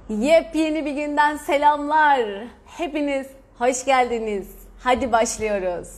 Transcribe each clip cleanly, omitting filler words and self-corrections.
Yepyeni bir günden selamlar. Hepiniz hoş geldiniz. Hadi başlıyoruz.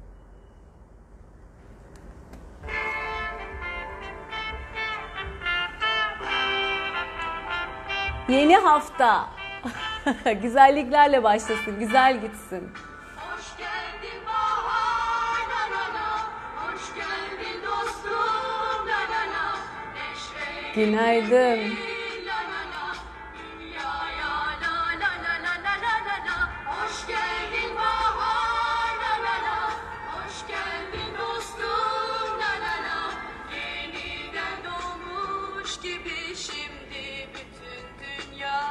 Yeni hafta. Güzelliklerle başlasın, güzel gitsin. Hoş geldin bahar, la la la. Hoş geldin dostum, la la la. Neşe Günaydın. la la la. Dünyaya la la la la la la la la. Hoş geldin bahar, la la la. Hoş geldin dostum, la la la. Yeniden doğmuş gibi şimdi bütün dünya.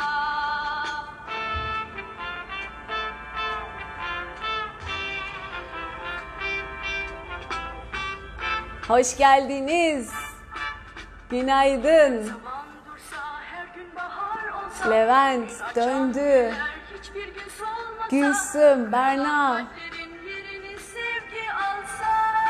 Hoş geldiniz. Günaydın. Zaman dursa, her gün bahar olsa, Levent döndü. hiçbir gün solmasa, Gülsüm, Berna, kalplerin yerini sevgi alsa,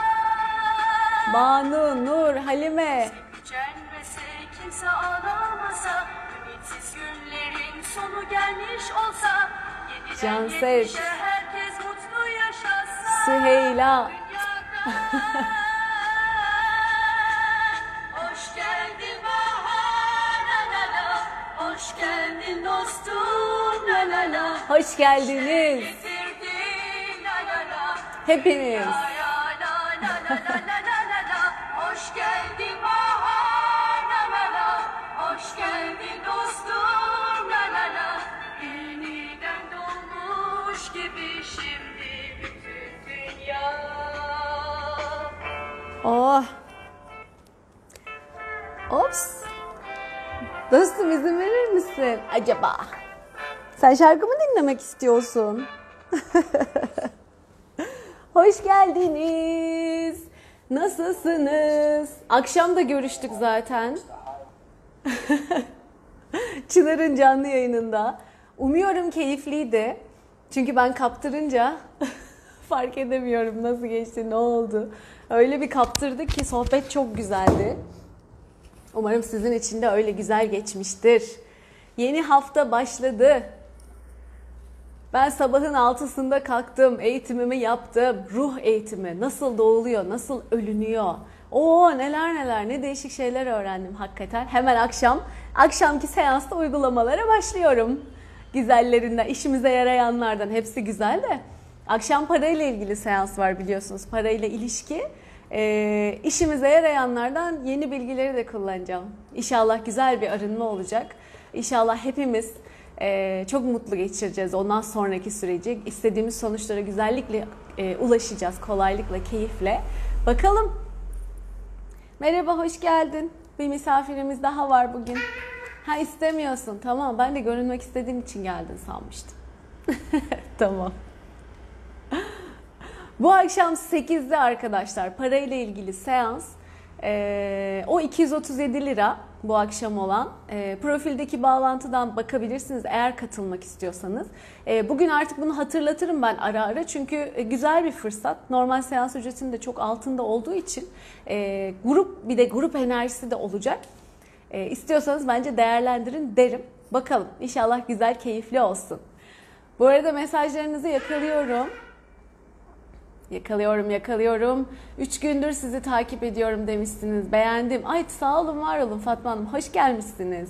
Banu, Nur, Halime. gücenmese, kimse ağlamasa, ümitsiz günlerin sonu gelmiş olsa, Canset, 7'den 70'e herkes mutlu yaşasa, Süheyla. dünyada. Hoş geldin bahar, la la la. Hoş geldin dostum, la la la. Hoş geldiniz. Getirdin, la la la. Hepiniz. Ya la la la la la la la la. Hoş geldin bahar, la la la. Hoş geldin dostum, la la la. Yeniden doğmuş gibi şimdi bütün dünya. Oh. Ops. Dostum izin verir misin acaba? Sen şarkı mı dinlemek istiyorsun? Hoş geldiniz. Nasılsınız? Akşam da görüştük zaten. Çınar'ın canlı yayınında. Umuyorum keyifliydi. Çünkü ben kaptırınca fark edemiyorum nasıl geçti, ne oldu. Öyle bir kaptırdık ki sohbet çok güzeldi. Umarım sizin için de öyle güzel geçmiştir. Yeni hafta başladı. Ben sabahın 6'sında kalktım, eğitimimi yaptım. Ruh eğitimi, nasıl doğuluyor, nasıl ölünüyor. Neler neler, ne değişik şeyler öğrendim hakikaten. Hemen akşamki seansta uygulamalara başlıyorum. Güzellerinden, işimize yarayanlardan hepsi güzel de. Akşam parayla ilgili seans var biliyorsunuz, parayla ilişki. İşimize yarayanlardan yeni bilgileri de kullanacağım. İnşallah güzel bir arınma olacak. İnşallah hepimiz çok mutlu geçireceğiz ondan sonraki süreci. İstediğimiz sonuçlara güzellikle ulaşacağız, kolaylıkla, keyifle. Bakalım. Merhaba, hoş geldin. Bir misafirimiz daha var bugün. Ha, istemiyorsun. Tamam, ben de görünmek istediğin için geldin sanmıştım. Tamam. Bu akşam 8'de arkadaşlar parayla ilgili seans. O 237 lira bu akşam olan. Profildeki bağlantıdan bakabilirsiniz eğer katılmak istiyorsanız. Bugün artık bunu hatırlatırım ben ara ara çünkü güzel bir fırsat. Normal seans ücretinin de çok altında olduğu için bir de grup enerjisi de olacak. İstiyorsanız bence değerlendirin derim. Bakalım inşallah güzel, keyifli olsun. Bu arada mesajlarınızı yakalıyorum. Yakalıyorum. 3 gündür sizi takip ediyorum demişsiniz. Beğendim. Ay sağ olun, var olun Fatma Hanım. Hoş gelmişsiniz.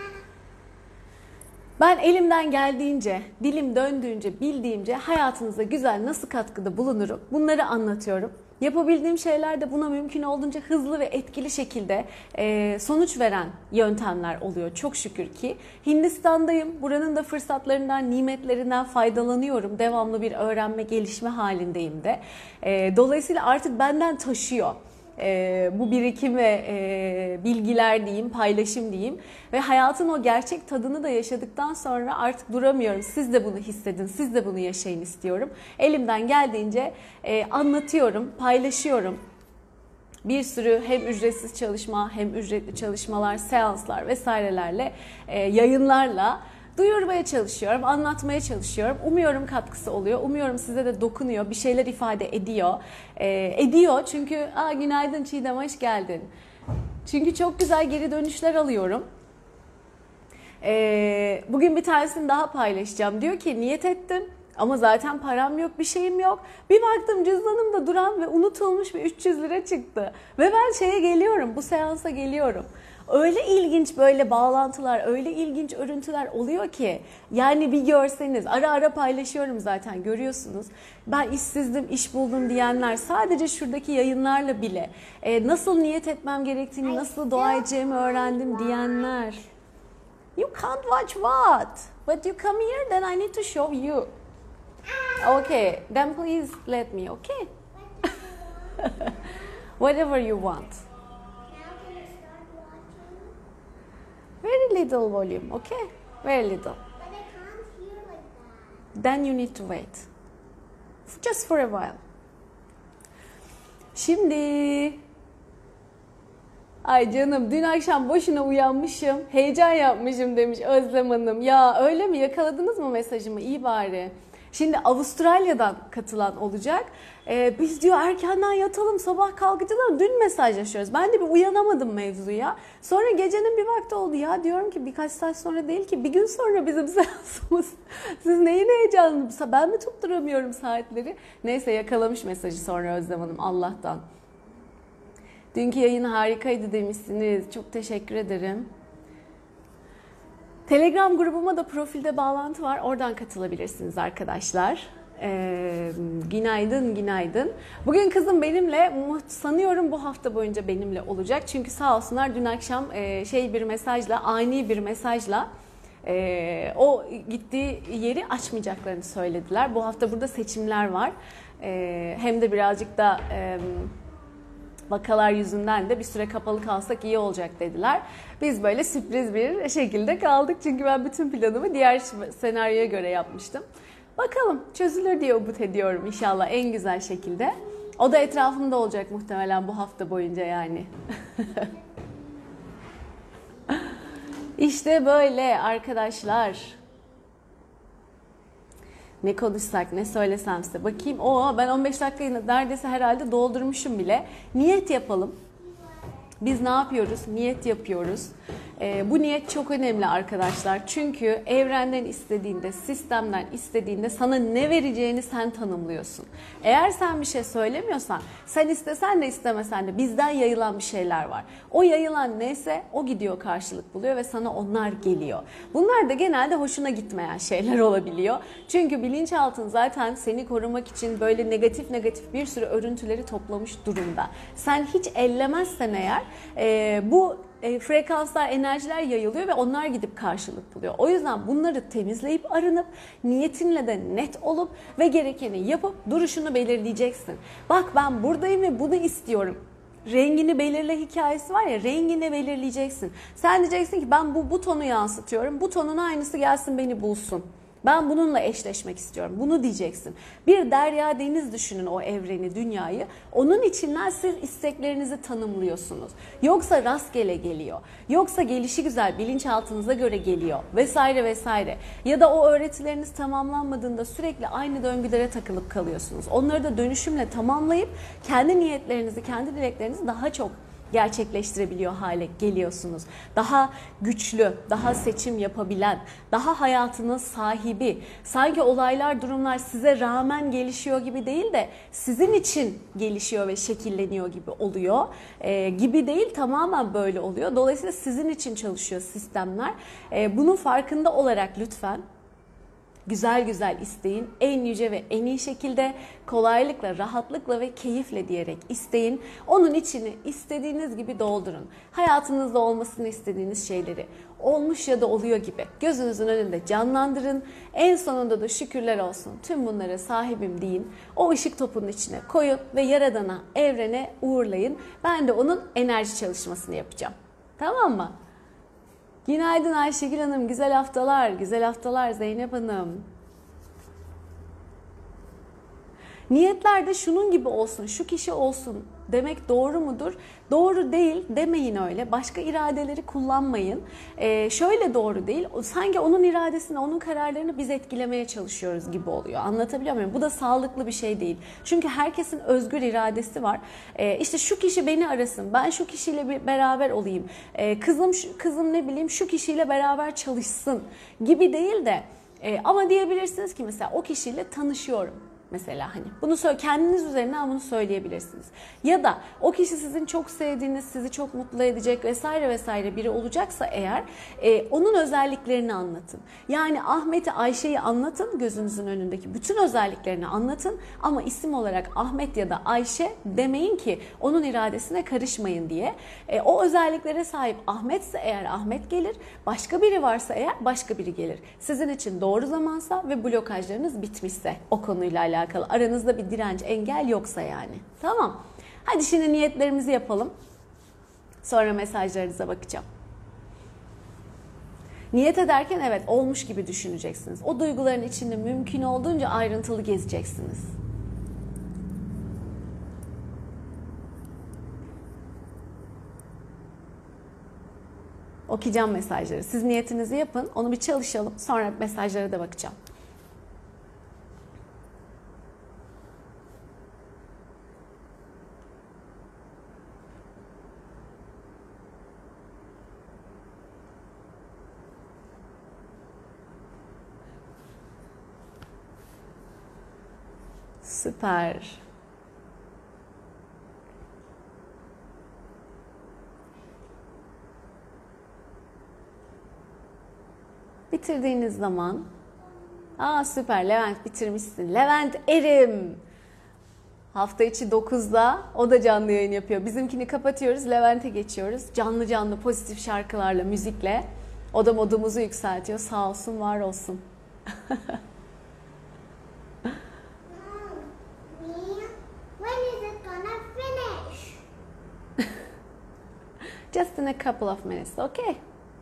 Ben elimden geldiğince, dilim döndüğünce, bildiğimce hayatınıza güzel nasıl katkıda bulunurum bunları anlatıyorum. Yapabildiğim şeyler de buna mümkün olduğunca hızlı ve etkili şekilde sonuç veren yöntemler oluyor çok şükür ki. Hindistan'dayım. Buranın da fırsatlarından, nimetlerinden faydalanıyorum. Devamlı bir öğrenme, gelişme halindeyim de. Dolayısıyla artık benden taşıyor. Bu birikim ve bilgiler diyeyim, paylaşım diyeyim ve hayatın o gerçek tadını da yaşadıktan sonra artık duramıyorum. Siz de bunu hissedin, siz de bunu yaşayın istiyorum. Elimden geldiğince anlatıyorum, paylaşıyorum. Bir sürü hem ücretsiz çalışma hem ücretli çalışmalar, seanslar vesairelerle, yayınlarla duyurmaya çalışıyorum, anlatmaya çalışıyorum. Umuyorum katkısı oluyor. Umuyorum size de dokunuyor, bir şeyler ifade ediyor. Ediyor çünkü günaydın Çiğdem, hoş geldin. Çünkü çok güzel geri dönüşler alıyorum. Bugün bir tanesini daha paylaşacağım. Diyor ki niyet ettim ama zaten param yok, bir şeyim yok. Bir baktım cüzdanımda duran ve unutulmuş bir 300 lira çıktı. Ve ben şeye geliyorum, bu seansa geliyorum. Öyle ilginç böyle bağlantılar, öyle ilginç örüntüler oluyor ki yani bir görseniz, ara ara paylaşıyorum zaten görüyorsunuz. Ben işsizdim, iş buldum diyenler sadece şuradaki yayınlarla bile nasıl niyet etmem gerektiğini, nasıl dua edeceğimi öğrendim diyenler. You can't watch what? But you come here, then I need to show you. Okay, then please let me, okay? Whatever you want. Very little volume, okay? Very little. But I can't hear like that. Then you need to wait. Just for a while. Şimdi... Ay canım dün akşam boşuna uyanmışım. Heyecan yapmışım demiş Özlem Hanım. Ya öyle mi? Yakaladınız mı mesajımı? İyi bari. Şimdi Avustralya'dan katılan olacak. Biz diyor erkenden yatalım, sabah kalkacağız ama dün mesajlaşıyoruz. Ben de bir uyanamadım mevzuya. Sonra gecenin bir vakti oldu ya, diyorum ki birkaç saat sonra değil ki bir gün sonra bizim seansımız. Siz neyin heyecanlı? Ben mi tutturamıyorum saatleri? Neyse yakalamış mesajı sonra Özlem Hanım Allah'tan. Dünkü yayın harikaydı demişsiniz. Çok teşekkür ederim. Telegram grubuma da profilde bağlantı var. Oradan katılabilirsiniz arkadaşlar. Günaydın, günaydın. Bugün kızım benimle, sanıyorum bu hafta boyunca benimle olacak. Çünkü sağ olsunlar dün akşam bir mesajla, ani bir mesajla o gittiği yeri açmayacaklarını söylediler. Bu hafta burada seçimler var. Hem de birazcık da... vakalar yüzünden de bir süre kapalı kalsak iyi olacak dediler. Biz böyle sürpriz bir şekilde kaldık. Çünkü ben bütün planımı diğer senaryoya göre yapmıştım. Bakalım çözülür diye umut ediyorum inşallah en güzel şekilde. O da etrafımda olacak muhtemelen bu hafta boyunca yani. İşte böyle arkadaşlar. Ne konuşsak, ne söylesem size. Bakayım. Ben 15 dakikayı neredeyse herhalde doldurmuşum bile. Niyet yapalım. Biz ne yapıyoruz? Niyet yapıyoruz. Bu niyet çok önemli arkadaşlar. Çünkü evrenden istediğinde, sistemden istediğinde sana ne vereceğini sen tanımlıyorsun. Eğer sen bir şey söylemiyorsan, sen istesen de istemesen de bizden yayılan bir şeyler var. O yayılan neyse o gidiyor, karşılık buluyor ve sana onlar geliyor. Bunlar da genelde hoşuna gitmeyen şeyler olabiliyor. Çünkü bilinçaltın zaten seni korumak için böyle negatif bir sürü örüntüleri toplamış durumda. Sen hiç ellemezsen eğer bu frekanslar, enerjiler yayılıyor ve onlar gidip karşılık buluyor. O yüzden bunları temizleyip arınıp niyetinle de net olup ve gerekeni yapıp duruşunu belirleyeceksin. Bak ben buradayım ve bunu istiyorum. Rengini belirle hikayesi var ya, rengini belirleyeceksin. Sen diyeceksin ki ben bu tonu yansıtıyorum. Bu tonun aynısı gelsin beni bulsun. Ben bununla eşleşmek istiyorum. Bunu diyeceksin. Bir derya deniz düşünün, o evreni, dünyayı. Onun içinden siz isteklerinizi tanımlıyorsunuz. Yoksa rastgele geliyor. Yoksa gelişi güzel, bilinçaltınıza göre geliyor. Vesaire vesaire. Ya da o öğretileriniz tamamlanmadığında sürekli aynı döngülere takılıp kalıyorsunuz. Onları da dönüşümle tamamlayıp kendi niyetlerinizi, kendi dileklerinizi daha çok gerçekleştirebiliyor hale geliyorsunuz. Daha güçlü, daha seçim yapabilen, daha hayatının sahibi, sanki olaylar, durumlar size rağmen gelişiyor gibi değil de sizin için gelişiyor ve şekilleniyor gibi oluyor. Gibi değil, tamamen böyle oluyor. Dolayısıyla sizin için çalışıyor sistemler. Bunun farkında olarak lütfen güzel güzel isteyin. En yüce ve en iyi şekilde, kolaylıkla, rahatlıkla ve keyifle diyerek isteyin. Onun içini istediğiniz gibi doldurun. Hayatınızda olmasını istediğiniz şeyleri olmuş ya da oluyor gibi gözünüzün önünde canlandırın. En sonunda da şükürler olsun, tüm bunlara sahibim deyin. O ışık topunun içine koyun ve Yaradan'a, evrene uğurlayın. Ben de onun enerji çalışmasını yapacağım. Tamam mı? Günaydın Ayşegül Hanım, güzel haftalar, güzel haftalar Zeynep Hanım. Niyetler de şunun gibi olsun, şu kişi olsun demek doğru mudur? Doğru değil demeyin öyle. Başka iradeleri kullanmayın. Şöyle doğru değil. Sanki onun iradesini, onun kararlarını biz etkilemeye çalışıyoruz gibi oluyor. Anlatabiliyor muyum? Bu da sağlıklı bir şey değil. Çünkü herkesin özgür iradesi var. İşte şu kişi beni arasın. Ben şu kişiyle beraber olayım. Kızım ne bileyim şu kişiyle beraber çalışsın gibi değil de ama diyebilirsiniz ki mesela o kişiyle tanışıyorum. Mesela hani bunu kendiniz üzerinden bunu söyleyebilirsiniz. Ya da o kişi sizin çok sevdiğiniz, sizi çok mutlu edecek vesaire vesaire biri olacaksa eğer onun özelliklerini anlatın. Yani Ahmet'i, Ayşe'yi anlatın, gözünüzün önündeki bütün özelliklerini anlatın ama isim olarak Ahmet ya da Ayşe demeyin ki onun iradesine karışmayın diye. O özelliklere sahip Ahmetse eğer Ahmet gelir, başka biri varsa eğer başka biri gelir. Sizin için doğru zamansa ve blokajlarınız bitmişse o konuyla alakalı. Aranızda bir direnç, engel yoksa yani. Tamam. Hadi şimdi niyetlerimizi yapalım. Sonra mesajlarınıza bakacağım. Niyet ederken evet olmuş gibi düşüneceksiniz. O duyguların içinde mümkün olduğunca ayrıntılı gezeceksiniz. Okuyacağım mesajları. Siz niyetinizi yapın. Onu bir çalışalım. Sonra mesajlara da bakacağım. Süper. Bitirdiğiniz zaman süper Levent bitirmişsin. Levent Erim. Hafta içi 9'da o da canlı yayın yapıyor. Bizimkini kapatıyoruz, Levent'e geçiyoruz. Canlı canlı pozitif şarkılarla, müzikle. O da modumuzu yükseltiyor. Sağ olsun, var olsun. Just in a couple of minutes, okay?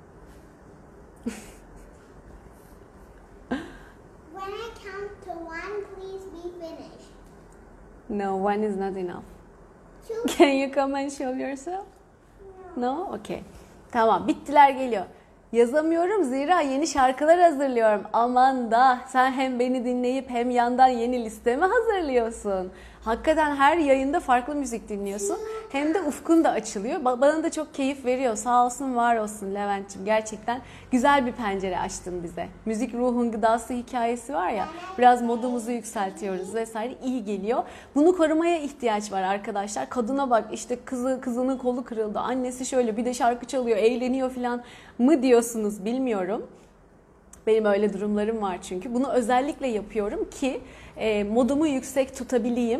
When I count to 1, please be finished. No, one is not enough. 2. Can you come and show yourself? No? Okay. Tamam, bittiler geliyor. Yazamıyorum zira yeni şarkılar hazırlıyorum. Aman da sen hem beni dinleyip hem yandan yeni listemi hazırlıyorsun. Hakikaten her yayında farklı müzik dinliyorsun. Hem de ufkun da açılıyor. Bana da çok keyif veriyor. Sağ olsun, var olsun Levent'ciğim. Gerçekten güzel bir pencere açtın bize. Müzik ruhun gıdası hikayesi var ya. Biraz modumuzu yükseltiyoruz vesaire. İyi geliyor. Bunu korumaya ihtiyaç var arkadaşlar. Kadına bak işte kızının kolu kırıldı. Annesi şöyle bir de şarkı çalıyor, eğleniyor falan mı diyorsunuz bilmiyorum. Benim öyle durumlarım var çünkü. Bunu özellikle yapıyorum ki modumu yüksek tutabileyim.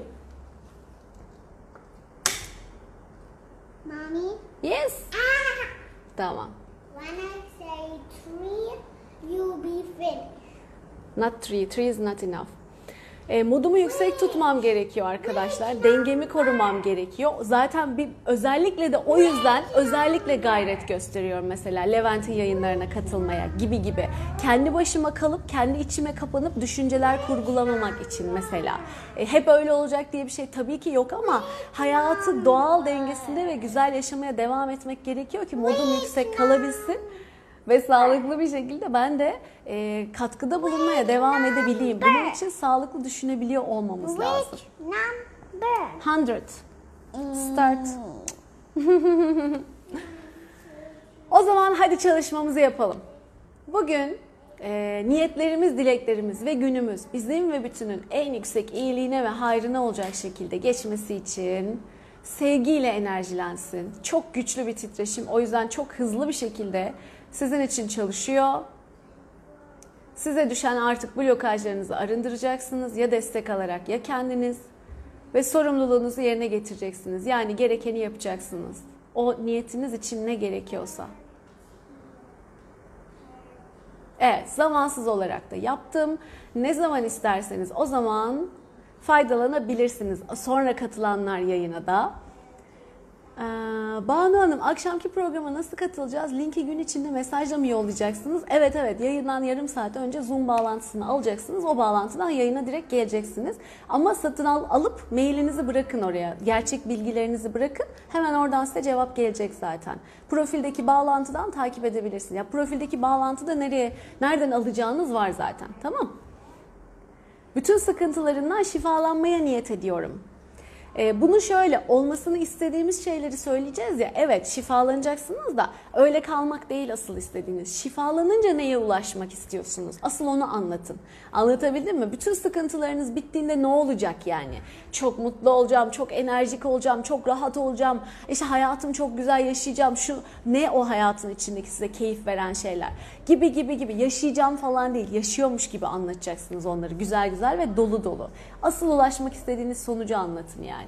Mommy? Yes. Tamam. When I say 3, you'll be finished. Not three. Three is not enough. Modumu yüksek tutmam gerekiyor arkadaşlar. Dengemi korumam gerekiyor. Zaten özellikle de o yüzden özellikle gayret gösteriyorum mesela Levent'in yayınlarına katılmaya gibi. Kendi başıma kalıp kendi içime kapanıp düşünceler kurgulamamak için mesela. Hep öyle olacak diye bir şey tabii ki yok ama hayatı doğal dengesinde ve güzel yaşamaya devam etmek gerekiyor ki modum yüksek kalabilsin. Ve sağlıklı bir şekilde ben de katkıda bulunmaya devam edebileyim. Bunun için sağlıklı düşünebiliyor olmamız lazım. Which number? 100. Start. O zaman hadi çalışmamızı yapalım. Bugün niyetlerimiz, dileklerimiz ve günümüz bizim ve bütünün en yüksek iyiliğine ve hayrına olacak şekilde geçmesi için sevgiyle enerjilensin. Çok güçlü bir titreşim. O yüzden çok hızlı bir şekilde sizin için çalışıyor. Size düşen artık blokajlarınızı arındıracaksınız. Ya destek alarak ya kendiniz. Ve sorumluluğunuzu yerine getireceksiniz. Yani gerekeni yapacaksınız. O niyetiniz için ne gerekiyorsa. Evet, zamansız olarak da yaptım. Ne zaman isterseniz o zaman faydalanabilirsiniz. Sonra katılanlar yayına da. Banu Hanım, akşamki programa nasıl katılacağız? Linki gün içinde mesajla mı yollayacaksınız? Evet, yayından yarım saat önce Zoom bağlantısını alacaksınız. O bağlantıdan yayına direkt geleceksiniz. Ama satın alıp mailinizi bırakın oraya. Gerçek bilgilerinizi bırakın. Hemen oradan size cevap gelecek zaten. Profildeki bağlantıdan takip edebilirsiniz. Ya profildeki bağlantıda nereden alacağınız var zaten. Tamam? Bütün sıkıntılarından şifalanmaya niyet ediyorum. Bunu şöyle, olmasını istediğimiz şeyleri söyleyeceğiz ya, evet şifalanacaksınız da öyle kalmak değil asıl istediğiniz. Şifalanınca neye ulaşmak istiyorsunuz? Asıl onu anlatın. Anlatabildim mi? Bütün sıkıntılarınız bittiğinde ne olacak yani? Çok mutlu olacağım, çok enerjik olacağım, çok rahat olacağım, işte hayatım çok güzel yaşayacağım, ne o hayatın içindeki size keyif veren şeyler gibi yaşayacağım falan değil, yaşıyormuş gibi anlatacaksınız onları güzel güzel ve dolu dolu. Asıl ulaşmak istediğiniz sonucu anlatın yani.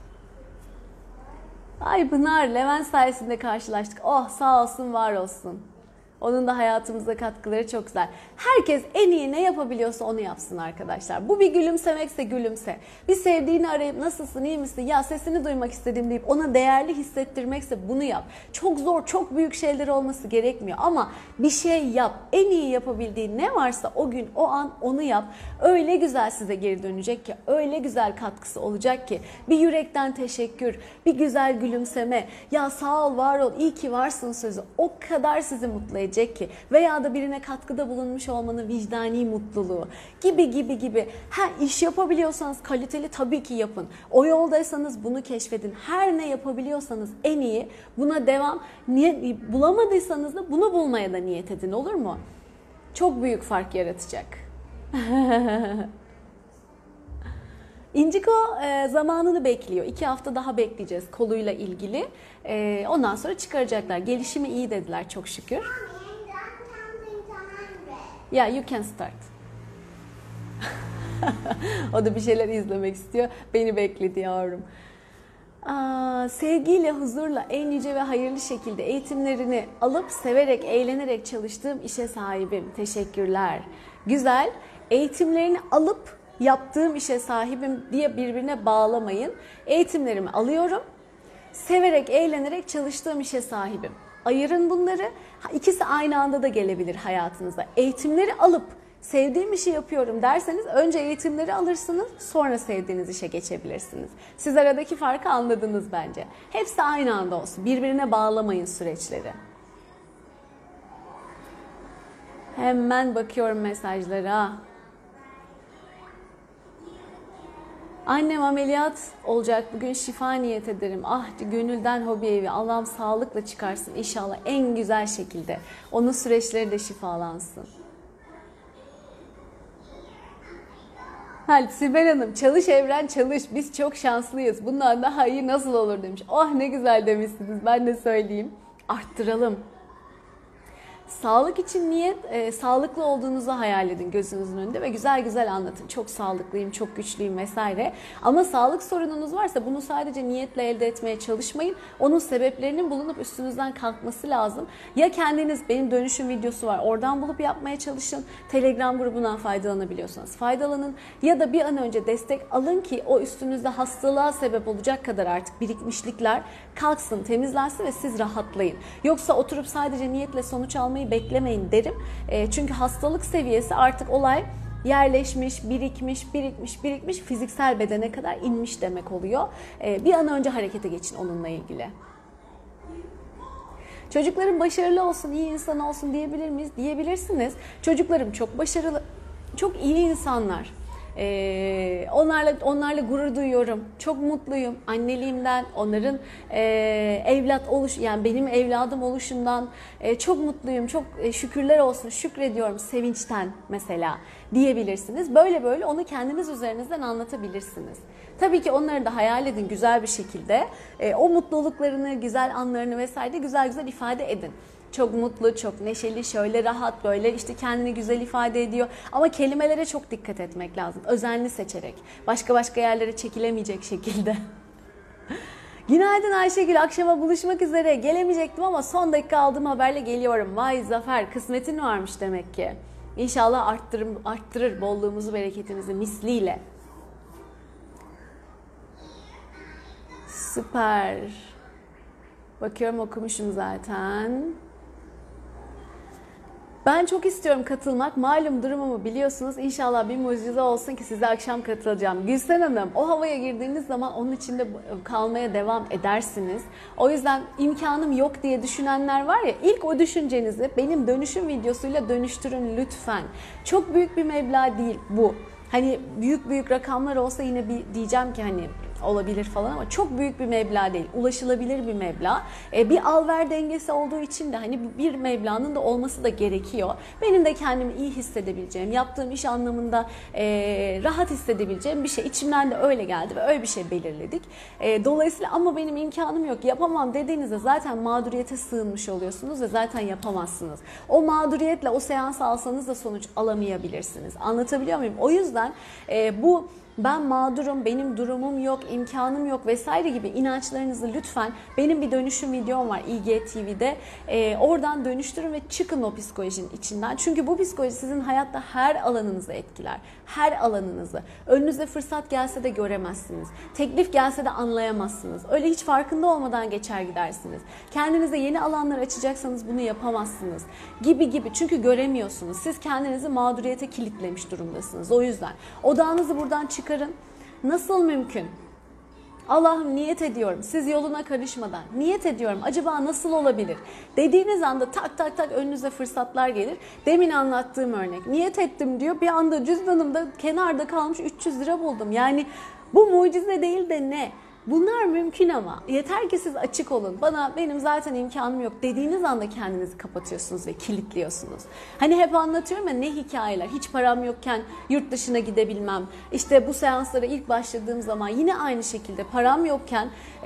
Ay Pınar, Levent sayesinde karşılaştık. Oh sağ olsun, var olsun. Onun da hayatımıza katkıları çok güzel. Herkes en iyi ne yapabiliyorsa onu yapsın arkadaşlar. Bu bir gülümsemekse gülümse. Bir sevdiğini arayıp nasılsın, iyi misin, ya sesini duymak istedim deyip ona değerli hissettirmekse bunu yap. Çok zor, çok büyük şeyler olması gerekmiyor ama bir şey yap. En iyi yapabildiğin ne varsa o gün, o an onu yap. Öyle güzel size geri dönecek ki, öyle güzel katkısı olacak ki. Bir yürekten teşekkür, bir güzel gülümseme, ya sağ ol, var ol, iyi ki varsın sözü o kadar sizi mutlu edecek ki, veya da birine katkıda bulunmuş olmanın vicdani mutluluğu gibi. İş yapabiliyorsanız kaliteli tabii ki yapın. O yoldaysanız bunu keşfedin. Her ne yapabiliyorsanız en iyi buna devam. Bulamadıysanız da bunu bulmaya da niyet edin, olur mu? Çok büyük fark yaratacak. İnciko zamanını bekliyor. 2 hafta daha bekleyeceğiz koluyla ilgili. Ondan sonra çıkaracaklar. Gelişimi iyi dediler çok şükür. Mommy, I'm counting to 100. Yeah, you can start. O da bir şeyler izlemek istiyor. Beni bekledi yavrum. Sevgiyle, huzurla, en yüce ve hayırlı şekilde eğitimlerini alıp severek, eğlenerek çalıştığım işe sahibim. Teşekkürler. Güzel. Eğitimlerini alıp yaptığım işe sahibim diye birbirine bağlamayın. Eğitimlerimi alıyorum. Severek, eğlenerek çalıştığım işe sahibim. Ayırın bunları. İkisi aynı anda da gelebilir hayatınıza. Eğitimleri alıp sevdiğim işi yapıyorum derseniz önce eğitimleri alırsınız, sonra sevdiğiniz işe geçebilirsiniz. Siz aradaki farkı anladınız bence. Hepsi aynı anda olsun. Birbirine bağlamayın süreçleri. Hemen bakıyorum mesajlara. Annem ameliyat olacak. Bugün şifa niyet ederim. Ah gönülden hobi evi. Allah'ım sağlıkla çıkarsın inşallah en güzel şekilde. Onun süreçleri de şifalansın. Sibel Hanım, çalış Evren çalış. Biz çok şanslıyız. Bundan daha iyi nasıl olur demiş. Oh ne güzel demişsiniz. Ben de söyleyeyim. Arttıralım. Sağlık için niyet, sağlıklı olduğunuzu hayal edin gözünüzün önünde ve güzel güzel anlatın. Çok sağlıklıyım, çok güçlüyüm vesaire. Ama sağlık sorununuz varsa bunu sadece niyetle elde etmeye çalışmayın. Onun sebeplerinin bulunup üstünüzden kalkması lazım. Ya kendiniz, benim dönüşüm videosu var, oradan bulup yapmaya çalışın. Telegram grubundan faydalanabiliyorsanız faydalanın. Ya da bir an önce destek alın ki o üstünüzde hastalığa sebep olacak kadar artık birikmişlikler kalksın, temizlensin ve siz rahatlayın. Yoksa oturup sadece niyetle sonuç almayı beklemeyin derim. Çünkü hastalık seviyesi artık olay yerleşmiş, birikmiş, fiziksel bedene kadar inmiş demek oluyor. Bir an önce harekete geçin onunla ilgili. Çocuklarım başarılı olsun, iyi insan olsun diyebilir miyiz? Diyebilirsiniz. Çocuklarım çok başarılı, çok iyi insanlar. Onlarla gurur duyuyorum. Çok mutluyum anneliğimden, onların yani benim evladım oluşundan çok mutluyum. Çok şükürler olsun, şükrediyorum sevinçten mesela diyebilirsiniz. Böyle onu kendiniz üzerinizden anlatabilirsiniz. Tabii ki onları da hayal edin güzel bir şekilde. O mutluluklarını, güzel anlarını vesaire de güzel güzel ifade edin. Çok mutlu, çok neşeli, şöyle rahat, böyle işte kendini güzel ifade ediyor. Ama kelimelere çok dikkat etmek lazım. Özenli seçerek. Başka yerlere çekilemeyecek şekilde. Günaydın Ayşegül. Akşama buluşmak üzere. Gelemeyecektim ama son dakika aldığım haberle geliyorum. Vay Zafer, kısmetin varmış demek ki. İnşallah arttırır bolluğumuzu, bereketimizi misliyle. Süper. Bakıyorum, okumuşum zaten. Ben çok istiyorum katılmak. Malum durumumu biliyorsunuz. İnşallah bir mucize olsun ki size akşam katılacağım. Gülsen Hanım, o havaya girdiğiniz zaman onun içinde kalmaya devam edersiniz. O yüzden imkanım yok diye düşünenler var ya, ilk o düşüncenizi benim dönüşüm videosuyla dönüştürün lütfen. Çok büyük bir meblağ değil bu. Hani büyük rakamlar olsa yine bir diyeceğim ki hani olabilir falan, ama çok büyük bir meblağ değil. Ulaşılabilir bir meblağ. Bir al-ver dengesi olduğu için de hani bir meblağın da olması da gerekiyor. Benim de kendimi iyi hissedebileceğim, yaptığım iş anlamında rahat hissedebileceğim bir şey. İçimden de öyle geldi ve öyle bir şey belirledik. Dolayısıyla ama benim imkanım yok, yapamam dediğinizde zaten mağduriyete sığınmış oluyorsunuz ve zaten yapamazsınız. O mağduriyetle o seansı alsanız da sonuç alamayabilirsiniz. Anlatabiliyor muyum? O yüzden bu ben mağdurum, benim durumum yok, imkanım yok vesaire gibi inançlarınızı lütfen, benim bir dönüşüm videom var IGTV'de. Oradan dönüştürün ve çıkın o psikolojinin içinden. Çünkü bu psikoloji sizin hayatta her alanınızı etkiler. Her alanınızı. Önünüze fırsat gelse de göremezsiniz. Teklif gelse de anlayamazsınız. Öyle hiç farkında olmadan geçer gidersiniz. Kendinize yeni alanlar açacaksanız bunu yapamazsınız. Gibi. Çünkü göremiyorsunuz. Siz kendinizi mağduriyete kilitlemiş durumdasınız. O yüzden odağınızı buradan çıkarın. Nasıl mümkün? Allah'ım niyet ediyorum, siz yoluna karışmadan niyet ediyorum, acaba nasıl olabilir dediğiniz anda tak önünüze fırsatlar gelir. Demin anlattığım örnek, niyet ettim diyor, bir anda cüzdanımda kenarda kalmış 300 lira buldum. Yani bu mucize değil de ne? Bunlar mümkün ama yeter ki siz açık olun. Benim zaten imkanım yok dediğiniz anda kendinizi kapatıyorsunuz ve kilitliyorsunuz. Hani hep anlatıyorum ya, ne hikayeler. Hiç param yokken yurt dışına gidebilmem. İşte bu seanslara ilk başladığım zaman yine aynı şekilde param yokken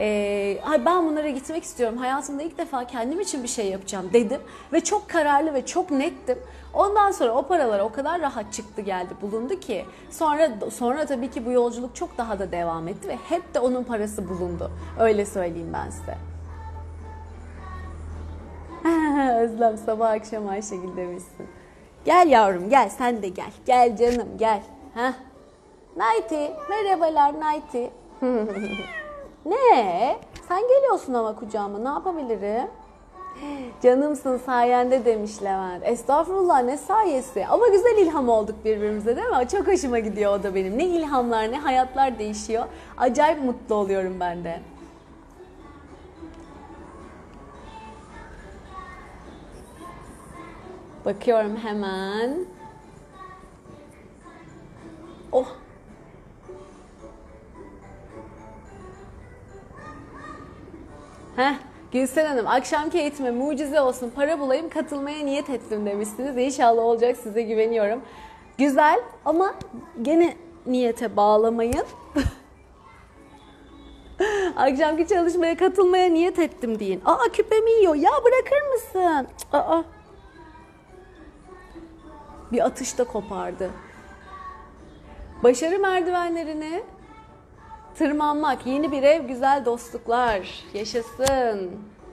ben bunlara gitmek istiyorum. Hayatımda ilk defa kendim için bir şey yapacağım dedim. Ve çok kararlı ve çok nettim. Ondan sonra o paralar o kadar rahat çıktı geldi bulundu ki sonra tabii ki bu yolculuk çok daha da devam etti ve hep de onun parası bulundu. Öyle söyleyeyim ben size. Özlem sabah akşam Ayşegül demişsin. Gel yavrum gel, sen de gel. Gel canım gel. Nighty, merhabalar Nighty. Ne? Sen geliyorsun ama kucağıma, ne yapabilirim? Canımsın sayende demiş Levent. Estağfurullah, ne sayesi. Ama güzel ilham olduk birbirimize değil mi? Çok hoşuma gidiyor o da benim. Ne ilhamlar, ne hayatlar değişiyor. Acayip mutlu oluyorum ben de. Bakıyorum hemen. Oh. Gülsen Hanım, akşamki eğitime mucize olsun, para bulayım, katılmaya niyet ettim demişsiniz. İnşallah olacak, size güveniyorum. Güzel ama gene niyete bağlamayın. Akşamki çalışmaya katılmaya niyet ettim deyin. Küpemi yiyor. Ya bırakır mısın? Bir atışta kopardı. Başarı merdivenlerini tırmanmak, yeni bir ev, güzel dostluklar. Yaşasın.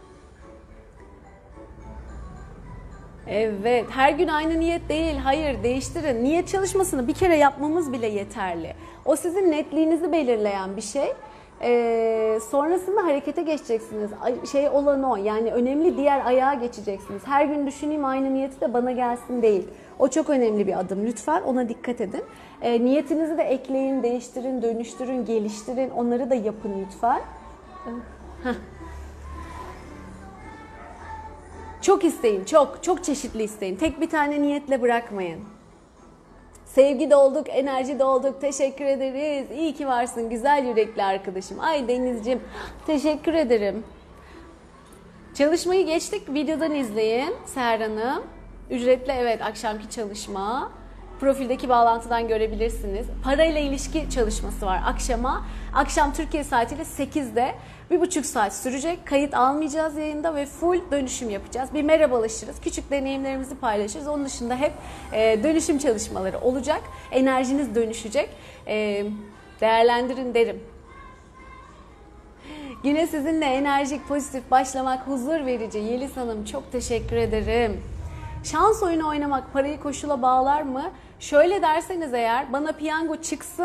Evet, her gün aynı niyet değil. Hayır, değiştirin. Niyet çalışmasını bir kere yapmamız bile yeterli. O sizin netliğinizi belirleyen bir şey. Sonrasında harekete geçeceksiniz. Olan o. Yani önemli, diğer ayağa geçeceksiniz. Her gün düşüneyim aynı niyeti de bana gelsin değil. O çok önemli bir adım. Lütfen ona dikkat edin. Niyetinizi de ekleyin, değiştirin, dönüştürün, geliştirin. Onları da yapın lütfen. Çok isteyin, çok çeşitli isteyin. Tek bir tane niyetle bırakmayın. Sevgi dolduk, enerji dolduk. Teşekkür ederiz. İyi ki varsın güzel yürekli arkadaşım. Ay Denizciğim, teşekkür ederim. Çalışmayı geçtik. Videodan izleyin Seher Hanım. Ücretli, evet, akşamki çalışma. Profildeki bağlantıdan görebilirsiniz. Parayla ilişki çalışması var akşama. Akşam Türkiye saatiyle 8'de 1,5 saat sürecek. Kayıt almayacağız yayında ve full dönüşüm yapacağız. Bir merhabalaşırız. Küçük deneyimlerimizi paylaşırız. Onun dışında hep dönüşüm çalışmaları olacak. Enerjiniz dönüşecek. Değerlendirin derim. Güne sizinle enerjik, pozitif başlamak huzur verici. Yeliz Hanım, çok teşekkür ederim. Şans oyunu oynamak parayı koşula bağlar mı? Şöyle derseniz eğer, bana piyango çıksın,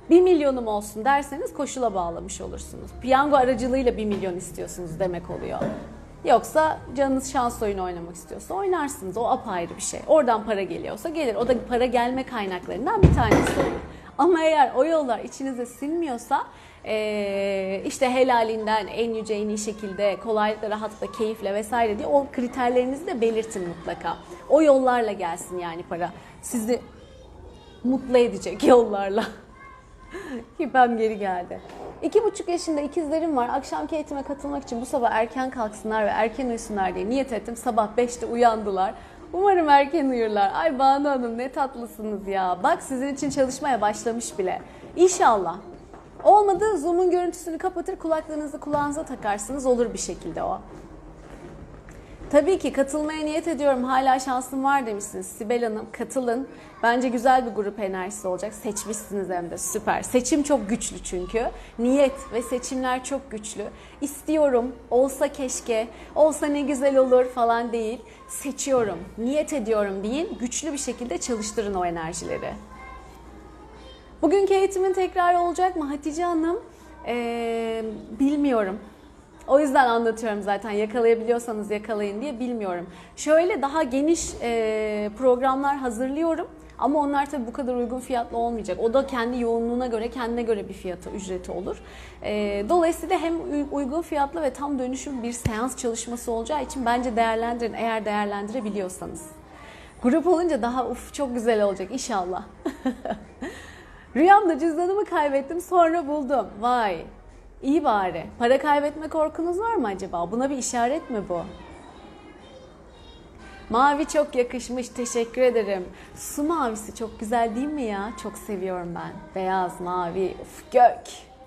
1 milyonum olsun derseniz koşula bağlamış olursunuz. Piyango aracılığıyla 1 milyon istiyorsunuz demek oluyor. Yoksa canınız şans oyunu oynamak istiyorsa oynarsınız. O apayrı bir şey. Oradan para geliyorsa gelir. O da para gelme kaynaklarından bir tanesi olur. Ama eğer o yollar içinize sinmiyorsa işte helalinden en yüce en iyi şekilde kolaylıkla, rahatlıkla, keyifle vesaire diye o kriterlerinizi de belirtin mutlaka. O yollarla gelsin yani para. Sizi mutlu edecek yollarla. Küpem geri geldi. 2,5 yaşında ikizlerim var. Akşamki eğitime katılmak için bu sabah erken kalksınlar ve erken uyusunlar diye niyet ettim. Sabah 5'te uyandılar. Umarım erken uyurlar. Ay Banu Hanım ne tatlısınız ya. Bak sizin için çalışmaya başlamış bile. İnşallah. Olmadı Zoom'un görüntüsünü kapatır, kulaklarınızı kulağınıza takarsınız. Olur bir şekilde o. Tabii ki katılmaya niyet ediyorum. Hala şansım var demişsiniz. Sibel Hanım katılın. Bence güzel bir grup enerjisi olacak. Seçmişsiniz hem de süper. Seçim çok güçlü çünkü. Niyet ve seçimler çok güçlü. İstiyorum, olsa keşke, olsa ne güzel olur falan değil. Seçiyorum, niyet ediyorum deyin. Güçlü bir şekilde çalıştırın o enerjileri. Bugünkü eğitimin tekrarı olacak mı Hatice Hanım? Bilmiyorum. O yüzden anlatıyorum zaten, yakalayabiliyorsanız yakalayın diye, bilmiyorum. Şöyle daha geniş programlar hazırlıyorum ama onlar tabii bu kadar uygun fiyatlı olmayacak. O da kendi yoğunluğuna göre, kendine göre bir fiyatı, ücreti olur. Dolayısıyla hem uygun fiyatlı ve tam dönüşüm bir seans çalışması olacağı için bence değerlendirin eğer değerlendirebiliyorsanız. Grup olunca daha çok güzel olacak inşallah. Rüyamda cüzdanımı kaybettim, sonra buldum. Vay! İyi bari. Para kaybetme korkunuz var mı acaba? Buna bir işaret mi bu? Mavi çok yakışmış. Teşekkür ederim. Su mavisi çok güzel değil mi ya? Çok seviyorum ben. Beyaz, mavi, gök.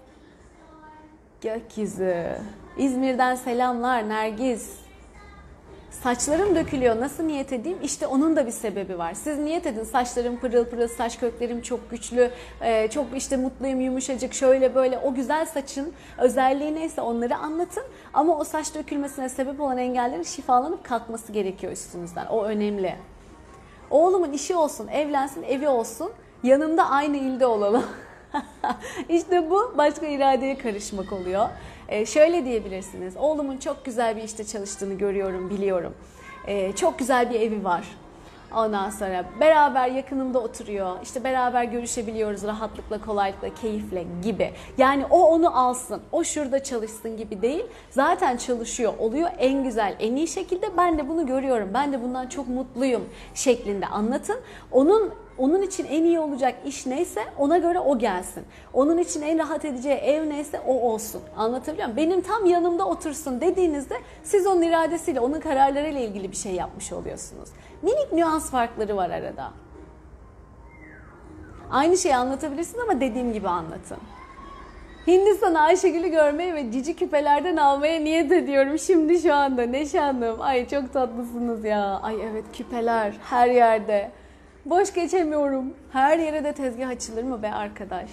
Gökyüzü. İzmir'den selamlar Nergiz. Saçlarım dökülüyor. Nasıl niyet edeyim? İşte onun da bir sebebi var. Siz niyet edin. Saçlarım pırıl pırıl, saç köklerim çok güçlü, çok işte mutluyum, yumuşacık, şöyle böyle. O güzel saçın özelliği neyse onları anlatın. Ama o saç dökülmesine sebep olan engellerin şifalanıp kalkması gerekiyor üstünüzden. O önemli. Oğlumun işi olsun, evlensin, evi olsun. Yanımda aynı ilde olalım. İşte bu başka iradeye karışmak oluyor. Şöyle diyebilirsiniz. Oğlumun çok güzel bir işte çalıştığını görüyorum, biliyorum. Çok güzel bir evi var. Ondan sonra beraber yakınımda oturuyor. İşte beraber görüşebiliyoruz rahatlıkla, kolaylıkla, keyifle gibi. Yani o onu alsın, o şurada çalışsın gibi değil. Zaten çalışıyor, oluyor en güzel, en iyi şekilde. Ben de bunu görüyorum, ben de bundan çok mutluyum şeklinde anlatın. Onun için en iyi olacak iş neyse ona göre o gelsin. Onun için en rahat edeceği ev neyse o olsun. Anlatabiliyor muyum? Benim tam yanımda otursun dediğinizde siz onun iradesiyle, onun kararlarıyla ilgili bir şey yapmış oluyorsunuz. Minik nüans farkları var arada. Aynı şeyi anlatabilirsiniz ama dediğim gibi anlatın. Hindistan'a Ayşegül'ü görmeye ve cici küpelerden almaya niyet ediyorum şimdi şu anda Neşe Hanım. Ay çok tatlısınız ya. Ay evet, küpeler her yerde. Boş geçemiyorum. Her yere de tezgah açılır mı be arkadaş?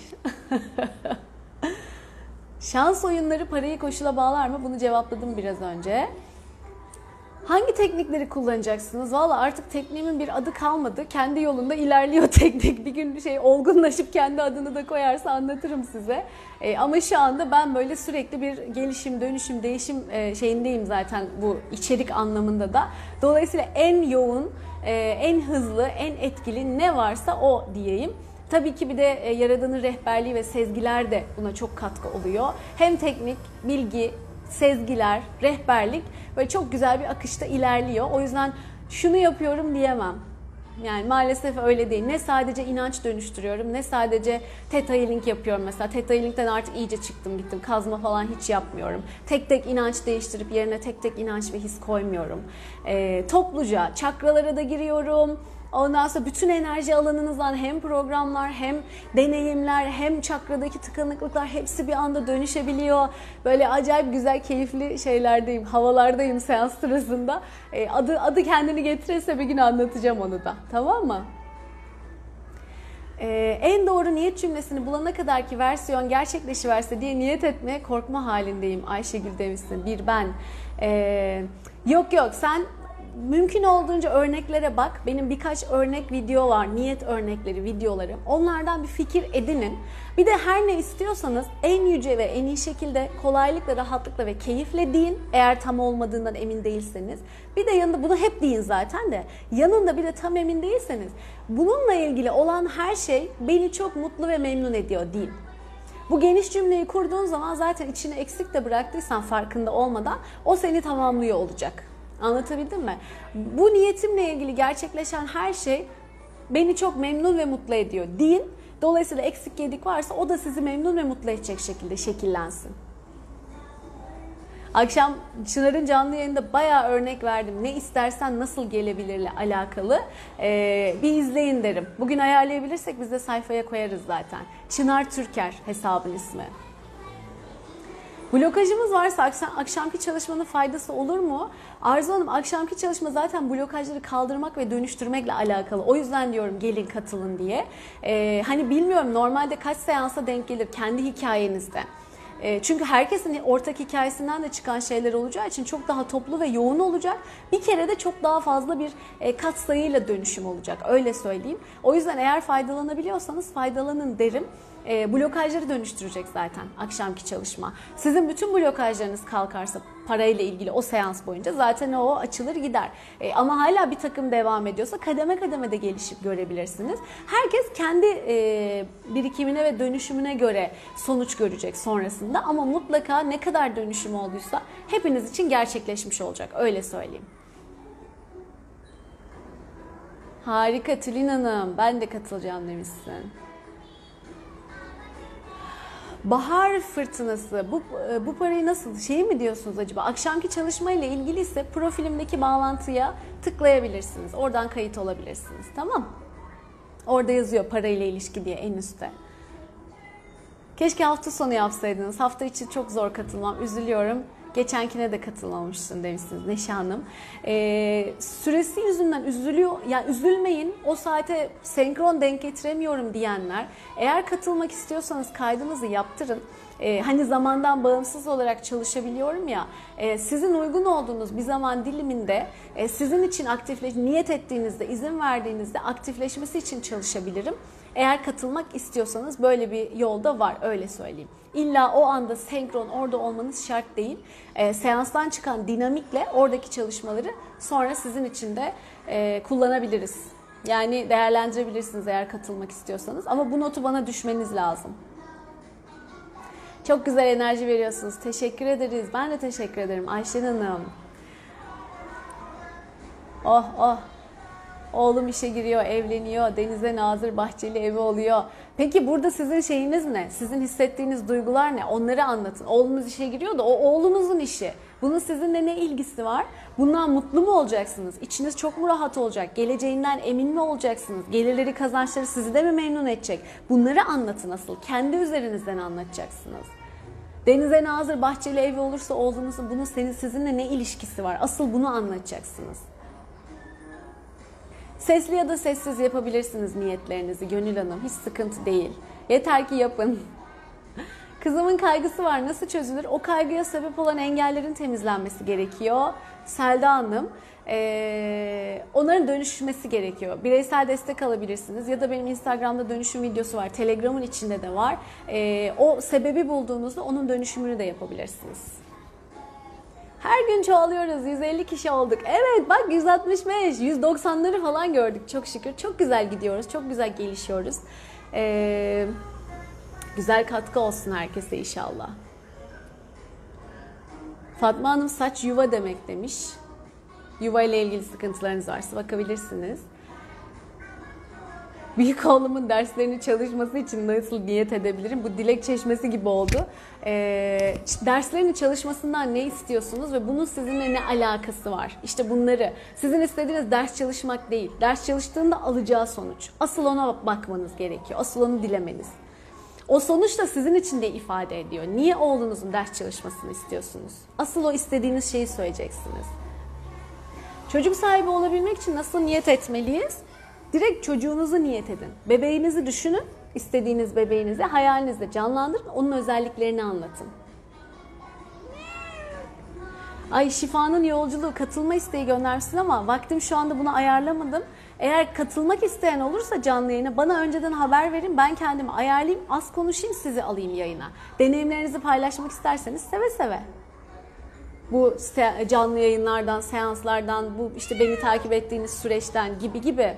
Şans oyunları parayı koşula bağlar mı? Bunu cevapladım biraz önce. Hangi teknikleri kullanacaksınız? Valla artık tekniğimin bir adı kalmadı. Kendi yolunda ilerliyor teknik. Bir gün olgunlaşıp kendi adını da koyarsa anlatırım size. Ama şu anda ben böyle sürekli bir gelişim, dönüşüm, değişim şeyindeyim zaten bu içerik anlamında da. Dolayısıyla en yoğun, en hızlı, en etkili ne varsa o diyeyim. Tabii ki bir de Yaradan'ın rehberliği ve sezgiler de buna çok katkı oluyor. Hem teknik, bilgi, sezgiler, rehberlik böyle çok güzel bir akışta ilerliyor. O yüzden şunu yapıyorum diyemem. Yani maalesef öyle değil. Ne sadece inanç dönüştürüyorum, ne sadece Theta Healing yapıyorum mesela. Theta Healing'den artık iyice çıktım gittim. Kazma falan hiç yapmıyorum. Tek tek inanç değiştirip yerine tek tek inanç ve his koymuyorum. Topluca çakralara da giriyorum. Ondan sonra bütün enerji alanınızdan hem programlar, hem deneyimler, hem çakradaki tıkanıklıklar hepsi bir anda dönüşebiliyor. Böyle acayip güzel, keyifli şeylerdeyim, havalardayım seans sırasında. Adı kendini getirirse bir gün anlatacağım onu da. Tamam mı? En doğru niyet cümlesini bulana kadar ki versiyon gerçekleşiverse diye niyet etmeye korkma halindeyim. Ayşegül demişsin. Bir ben. Yok sen mümkün olduğunca örneklere bak. Benim birkaç örnek video var. Niyet örnekleri, videolarım. Onlardan bir fikir edinin. Bir de her ne istiyorsanız en yüce ve en iyi şekilde kolaylıkla, rahatlıkla ve keyifle deyin. Eğer tam olmadığından emin değilseniz. Bir de yanında bunu hep deyin zaten de. Yanında bir de tam emin değilseniz bununla ilgili olan her şey beni çok mutlu ve memnun ediyor deyin. Bu geniş cümleyi kurduğun zaman zaten içine eksik de bıraktıysan farkında olmadan o seni tamamlıyor olacak. Anlatabildim mi? Bu niyetimle ilgili gerçekleşen her şey beni çok memnun ve mutlu ediyor deyin. Dolayısıyla eksik gedik varsa o da sizi memnun ve mutlu edecek şekilde şekillensin. Akşam Çınar'ın canlı yayında bayağı örnek verdim. Ne istersen nasıl gelebilirle alakalı. Bir izleyin derim. Bugün ayarlayabilirsek biz de sayfaya koyarız zaten. Çınar Türker hesabın ismi. Blokajımız varsa akşamki çalışmanın faydası olur mu? Arzu Hanım, akşamki çalışma zaten blokajları kaldırmak ve dönüştürmekle alakalı. O yüzden diyorum gelin katılın diye. Hani bilmiyorum normalde kaç seansa denk gelir kendi hikayenizde. Çünkü herkesin ortak hikayesinden de çıkan şeyler olacağı için çok daha toplu ve yoğun olacak. Bir kere de çok daha fazla bir katsayıyla dönüşüm olacak. Öyle söyleyeyim. O yüzden eğer faydalanabiliyorsanız faydalanın derim. Blokajları dönüştürecek zaten akşamki çalışma. Sizin bütün blokajlarınız kalkarsa parayla ilgili o seans boyunca zaten o açılır gider. Ama hala bir takım devam ediyorsa kademe kademe de gelişip görebilirsiniz. Herkes kendi birikimine ve dönüşümüne göre sonuç görecek sonrasında. Ama mutlaka ne kadar dönüşüm olduysa hepiniz için gerçekleşmiş olacak. Öyle söyleyeyim. Harika Tülin Hanım. Ben de katılacağım demişsin. Bahar fırtınası, bu parayı nasıl, şey mi diyorsunuz acaba? Akşamki çalışmayla ilgili ise profilimdeki bağlantıya tıklayabilirsiniz. Oradan kayıt olabilirsiniz. Tamam. Orada yazıyor parayla ilişki diye en üstte. Keşke hafta sonu yapsaydınız. Hafta içi çok zor katılmam. Üzülüyorum. Geçenkine de katılmamışsın demişsiniz Neşe Hanım. Süresi yüzünden üzülüyor. Yani üzülmeyin. O saate senkron denk getiremiyorum diyenler. Eğer katılmak istiyorsanız kaydınızı yaptırın. Hani zamandan bağımsız olarak çalışabiliyorum ya. Sizin uygun olduğunuz bir zaman diliminde sizin için niyet ettiğinizde, izin verdiğinizde aktifleşmesi için çalışabilirim. Eğer katılmak istiyorsanız böyle bir yolda var, öyle söyleyeyim. İlla o anda senkron orada olmanız şart değil. Seanstan çıkan dinamikle oradaki çalışmaları sonra sizin için de kullanabiliriz. Yani değerlendirebilirsiniz eğer katılmak istiyorsanız. Ama bu notu bana düşmeniz lazım. Çok güzel enerji veriyorsunuz. Teşekkür ederiz. Ben de teşekkür ederim Ayşen Hanım. Oh oh. Oğlum işe giriyor, evleniyor, denize nazır bahçeli evi oluyor. Peki burada sizin şeyiniz ne? Sizin hissettiğiniz duygular ne? Onları anlatın. Oğlunuz işe giriyor da o oğlunuzun işi. Bunun sizinle ne ilgisi var? Bundan mutlu mu olacaksınız? İçiniz çok mu rahat olacak? Geleceğinden emin mi olacaksınız? Gelirleri, kazançları sizi de mi memnun edecek? Bunları anlatın asıl. Kendi üzerinizden anlatacaksınız. Denize nazır bahçeli evi olursa oğlunuzun bunun sizinle ne ilişkisi var? Asıl bunu anlatacaksınız. Sesli ya da sessiz yapabilirsiniz niyetlerinizi Gönül Hanım. Hiç sıkıntı değil. Yeter ki yapın. Kızımın kaygısı var. Nasıl çözülür? O kaygıya sebep olan engellerin temizlenmesi gerekiyor. Selda Hanım. Onların dönüşmesi gerekiyor. Bireysel destek alabilirsiniz. Ya da benim Instagram'da dönüşüm videosu var. Telegram'ın içinde de var. O sebebi bulduğunuzda onun dönüşümünü de yapabilirsiniz. Her gün çoğalıyoruz. 150 kişi olduk. Evet bak 165, 190'ları falan gördük çok şükür. Çok güzel gidiyoruz. Çok güzel gelişiyoruz. Güzel katkı olsun herkese inşallah. Fatma Hanım saç yuva demek demiş. Yuva ile ilgili sıkıntılarınız varsa bakabilirsiniz. Büyük oğlumun derslerini çalışması için nasıl niyet edebilirim? Bu dilek çeşmesi gibi oldu. Derslerini çalışmasından ne istiyorsunuz ve bunun sizinle ne alakası var? İşte bunları. Sizin istediğiniz ders çalışmak değil. Ders çalıştığında alacağı sonuç. Asıl ona bakmanız gerekiyor. Asıl onu dilemeniz. O sonuç da sizin için de ifade ediyor. Niye oğlunuzun ders çalışmasını istiyorsunuz? Asıl o istediğiniz şeyi söyleyeceksiniz. Çocuk sahibi olabilmek için nasıl niyet etmeliyiz? Direkt çocuğunuzu niyet edin. Bebeğinizi düşünün. İstediğiniz bebeğinizi hayalinizde canlandırın. Onun özelliklerini anlatın. Ay Şifa'nın yolculuğu katılma isteği göndermişsin ama vaktim şu anda bunu ayarlamadım. Eğer katılmak isteyen olursa canlı yayına bana önceden haber verin. Ben kendimi ayarlayayım, az konuşayım, sizi alayım yayına. Deneyimlerinizi paylaşmak isterseniz seve seve. Bu canlı yayınlardan, seanslardan, bu işte beni takip ettiğiniz süreçten gibi.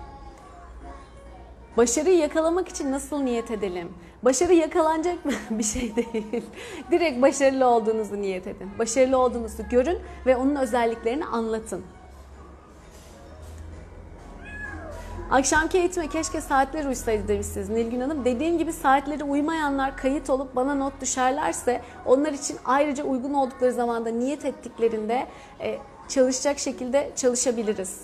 Başarıyı yakalamak için nasıl niyet edelim? Başarı yakalanacak bir şey değil. Direkt başarılı olduğunuzu niyet edin. Başarılı olduğunuzu görün ve onun özelliklerini anlatın. Akşamki eğitime keşke saatler uysaydı demişsiniz Nilgün Hanım. Dediğim gibi saatleri uymayanlar kayıt olup bana not düşerlerse onlar için ayrıca uygun oldukları zamanda niyet ettiklerinde çalışacak şekilde çalışabiliriz.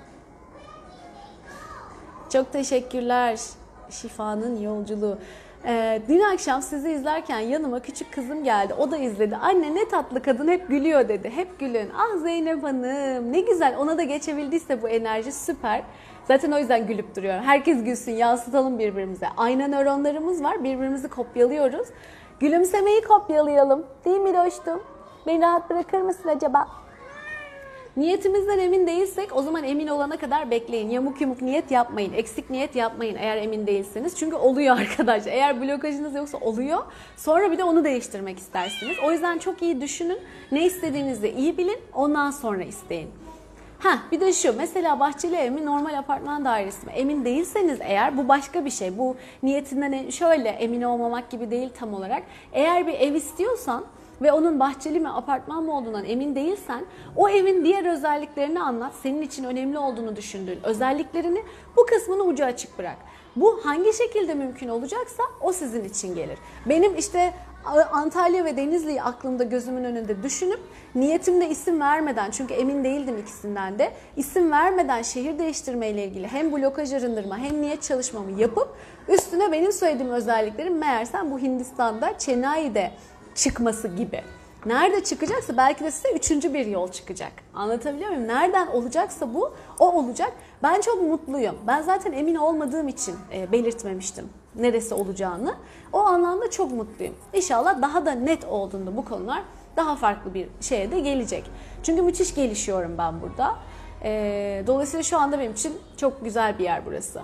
Çok teşekkürler. Şifa'nın yolculuğu. Dün akşam sizi izlerken yanıma küçük kızım geldi. O da izledi. Anne ne tatlı kadın, hep gülüyor dedi. Hep gülün. Ah Zeynep Hanım ne güzel, ona da geçebildiyse bu enerji süper. Zaten o yüzden gülüp duruyor. Herkes gülsün, yansıtalım birbirimize. Ayna nöronlarımız var, birbirimizi kopyalıyoruz. Gülümsemeyi kopyalayalım. Değil mi dostum? Beni rahat bırakır mısın acaba? Niyetimizden emin değilsek o zaman emin olana kadar bekleyin. Yamuk yumuk niyet yapmayın. Eksik niyet yapmayın eğer emin değilseniz. Çünkü oluyor arkadaşlar. Eğer blokajınız yoksa oluyor. Sonra bir de onu değiştirmek istersiniz. O yüzden çok iyi düşünün. Ne istediğinizi iyi bilin. Ondan sonra isteyin. Bir de şu, mesela bahçeli ev mi, normal apartman dairesi mi? Emin değilseniz eğer bu başka bir şey. Bu niyetinden şöyle emin olmamak gibi değil tam olarak. Eğer bir ev istiyorsan ve onun bahçeli mi, apartman mı olduğundan emin değilsen o evin diğer özelliklerini anlat. Senin için önemli olduğunu düşündüğün özelliklerini, bu kısmını ucu açık bırak. Bu hangi şekilde mümkün olacaksa o sizin için gelir. Benim işte Antalya ve Denizli'yi aklımda, gözümün önünde düşünüp niyetimde isim vermeden, çünkü emin değildim ikisinden de, isim vermeden şehir değiştirmeyle ilgili hem blokaj arındırma hem niyet çalışmamı yapıp üstüne benim söylediğim özelliklerin meğersem bu Hindistan'da Chennai'de çıkması gibi. Nerede çıkacaksa belki de size üçüncü bir yol çıkacak. Anlatabiliyor muyum? Nereden olacaksa bu, o olacak. Ben çok mutluyum. Ben zaten emin olmadığım için belirtmemiştim neresi olacağını. O anlamda çok mutluyum. İnşallah daha da net olduğunda bu konular daha farklı bir şeye de gelecek. Çünkü müthiş gelişiyorum ben burada. Dolayısıyla şu anda benim için çok güzel bir yer burası.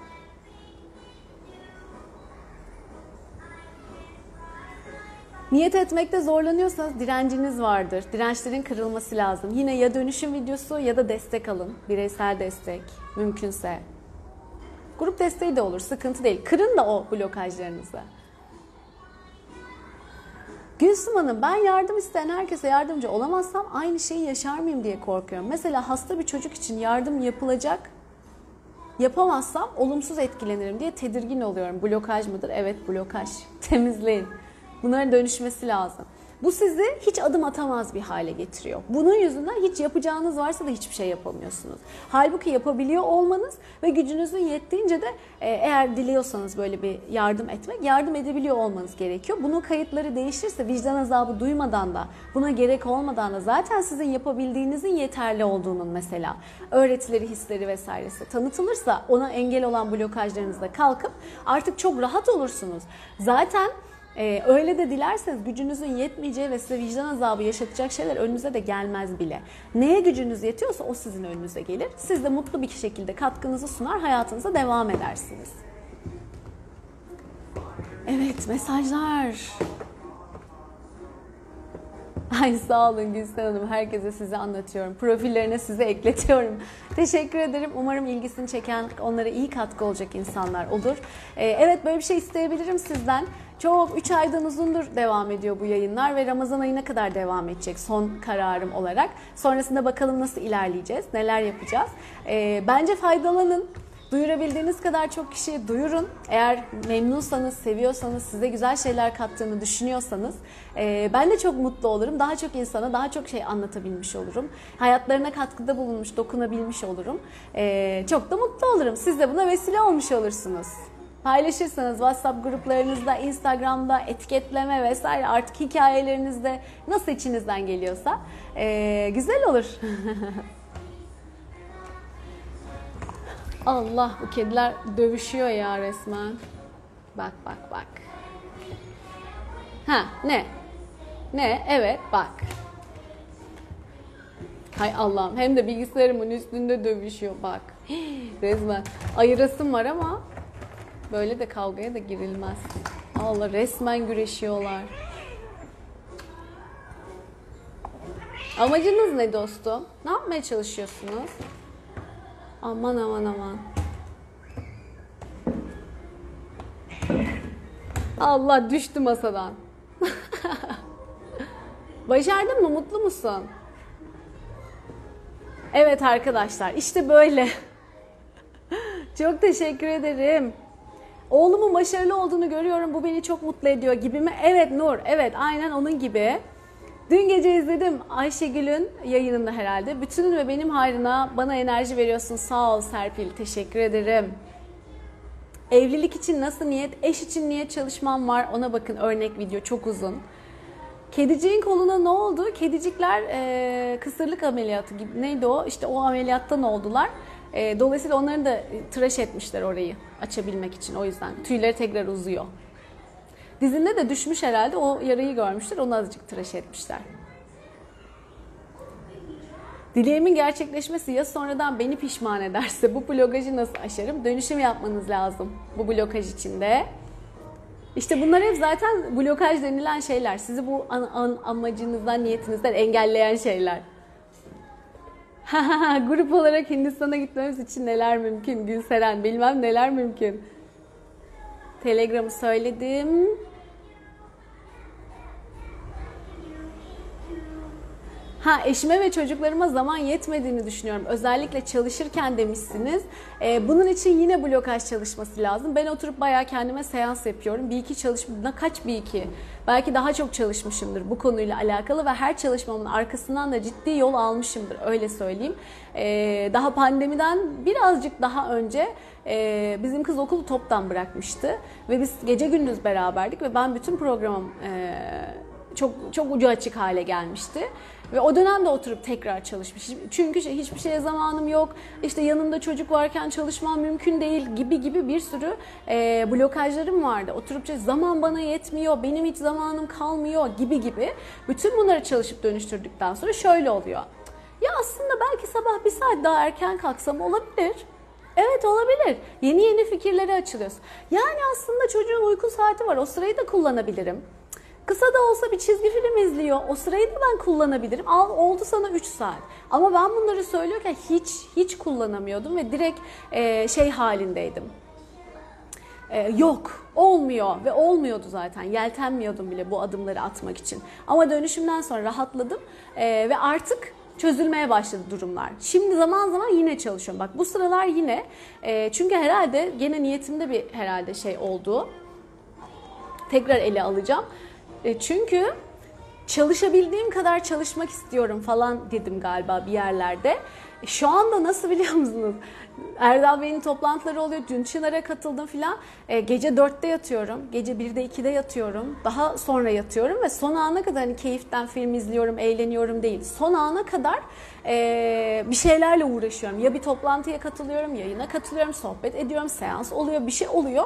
Niyet etmekte zorlanıyorsanız direnciniz vardır. Dirençlerin kırılması lazım. Yine ya dönüşüm videosu ya da destek alın. Bireysel destek mümkünse. Grup desteği de olur, sıkıntı değil. Kırın da o blokajlarınızı. Gülsüm Hanım, ben yardım isteyen herkese yardımcı olamazsam aynı şeyi yaşar mıyım diye korkuyorum. Mesela hasta bir çocuk için yardım yapılacak, yapamazsam olumsuz etkilenirim diye tedirgin oluyorum. Blokaj mıdır? Evet, blokaj. Temizleyin. Bunların dönüşmesi lazım. Bu sizi hiç adım atamaz bir hale getiriyor. Bunun yüzünden hiç yapacağınız varsa da hiçbir şey yapamıyorsunuz. Halbuki yapabiliyor olmanız ve gücünüzün yettiğince de eğer diliyorsanız böyle bir yardım etmek, yardım edebiliyor olmanız gerekiyor. Bunun kayıtları değişirse vicdan azabı duymadan da, buna gerek olmadan da zaten sizin yapabildiğinizin yeterli olduğunun mesela öğretileri, hisleri vesairesi tanıtılırsa ona engel olan blokajlarınız da kalkıp artık çok rahat olursunuz. Zaten öyle de dilerseniz gücünüzün yetmeyeceği ve size vicdan azabı yaşatacak şeyler önünüze de gelmez bile. Neye gücünüz yetiyorsa o sizin önünüze gelir. Siz de mutlu bir şekilde katkınızı sunar, hayatınıza devam edersiniz. Evet, mesajlar. Ay sağ olun Gülsen Hanım. Herkese size anlatıyorum. Profillerine size ekletiyorum. Teşekkür ederim. Umarım ilgisini çeken, onlara iyi katkı olacak insanlar olur. Evet, böyle bir şey isteyebilirim sizden. Çok 3 aydan uzundur devam ediyor bu yayınlar ve Ramazan ayına kadar devam edecek son kararım olarak. Sonrasında bakalım nasıl ilerleyeceğiz, neler yapacağız. Bence faydalanın. Duyurabildiğiniz kadar çok kişiye duyurun. Eğer memnunsanız, seviyorsanız, size güzel şeyler kattığını düşünüyorsanız ben de çok mutlu olurum. Daha çok insana daha çok şey anlatabilmiş olurum. Hayatlarına katkıda bulunmuş, dokunabilmiş olurum. Çok da mutlu olurum. Siz de buna vesile olmuş olursunuz. Paylaşırsanız WhatsApp gruplarınızda, Instagram'da, etiketleme vesaire artık hikayelerinizde nasıl içinizden geliyorsa güzel olur. Allah, bu kediler dövüşüyor ya resmen. Bak bak bak. Ne? Ne? Evet bak. Hay Allah'ım, hem de bilgisayarımın üstünde dövüşüyor bak. Resmen ayırasım var ama böyle de kavgaya da girilmez. Allah, resmen güreşiyorlar. Amacınız ne dostum? Ne yapmaya çalışıyorsunuz? Aman aman aman. Allah, düştü masadan. Başardın mı? Mutlu musun? Evet arkadaşlar, işte böyle. Çok teşekkür ederim. Oğlumun başarılı olduğunu görüyorum. Bu beni çok mutlu ediyor gibi mi? Evet Nur, evet aynen onun gibi. Dün gece izledim Ayşegül'ün yayınında herhalde. Bütünün ve benim hayrına bana enerji veriyorsun. Sağ ol Serpil, teşekkür ederim. Evlilik için nasıl niyet, eş için niyet çalışmam var. Ona bakın, örnek video çok uzun. Kediciğin koluna ne oldu? Kedicikler kısırlık ameliyatı gibi, neydi o? İşte o ameliyattan oldular. Dolayısıyla onları da tıraş etmişler orayı açabilmek için, o yüzden. Tüyleri tekrar uzuyor. Dizinde de düşmüş herhalde, o yarayı görmüşler, onu azıcık tıraş etmişler. Dileğimin gerçekleşmesi ya sonradan beni pişman ederse bu blokajı nasıl aşarım? Dönüşüm yapmanız lazım bu blokaj içinde. İşte bunlar hep zaten blokaj denilen şeyler. Sizi bu amacınızdan, niyetinizden engelleyen şeyler. Grup olarak Hindistan'a gitmemiz için neler mümkün Gülseren? Bilmem neler mümkün. Telegram'ı söyledim. Eşime ve çocuklarıma zaman yetmediğini düşünüyorum. Özellikle çalışırken demişsiniz. Bunun için yine blokaj çalışması lazım. Ben oturup bayağı kendime seans yapıyorum. Belki daha çok çalışmışımdır bu konuyla alakalı ve her çalışmamın arkasından da ciddi yol almışımdır. Öyle söyleyeyim. Daha pandemiden birazcık daha önce bizim kız okulu toptan bırakmıştı. Ve biz gece gündüz beraberdik ve ben bütün programım çok ucu açık hale gelmişti. Ve o dönemde oturup tekrar çalışmış. Çünkü hiçbir şeye zamanım yok. İşte yanımda çocuk varken çalışmam mümkün değil gibi bir sürü blokajlarım vardı. Oturup zaman bana yetmiyor, benim hiç zamanım kalmıyor gibi. Bütün bunları çalışıp dönüştürdükten sonra şöyle oluyor. Ya aslında belki sabah bir saat daha erken kalksam olabilir. Evet, olabilir. Yeni fikirlere açılıyorsun. Yani aslında çocuğun uyku saati var. O sırayı da kullanabilirim. Kısa da olsa bir çizgi film izliyor. O sırayı da ben kullanabilirim. Oldu sana 3 saat. Ama ben bunları söylüyorken hiç kullanamıyordum ve direkt halindeydim. Yok, olmuyor ve olmuyordu zaten. Yeltenmiyordum bile bu adımları atmak için. Ama dönüşümden sonra rahatladım ve artık çözülmeye başladı durumlar. Şimdi zaman zaman yine çalışıyorum. Bak bu sıralar yine. Çünkü herhalde gene niyetimde bir oldu. Tekrar ele alacağım. Çünkü çalışabildiğim kadar çalışmak istiyorum falan dedim galiba bir yerlerde. Şu anda nasıl biliyor musunuz? Erdal Bey'in toplantıları oluyor. Dün Çınar'a katıldım filan. Gece 4'te yatıyorum. Gece 1'de 2'de yatıyorum. Daha sonra yatıyorum ve son ana kadar keyiften film izliyorum, eğleniyorum değil. Son ana kadar bir şeylerle uğraşıyorum. Ya bir toplantıya katılıyorum, yayına katılıyorum, sohbet ediyorum, seans oluyor, bir şey oluyor.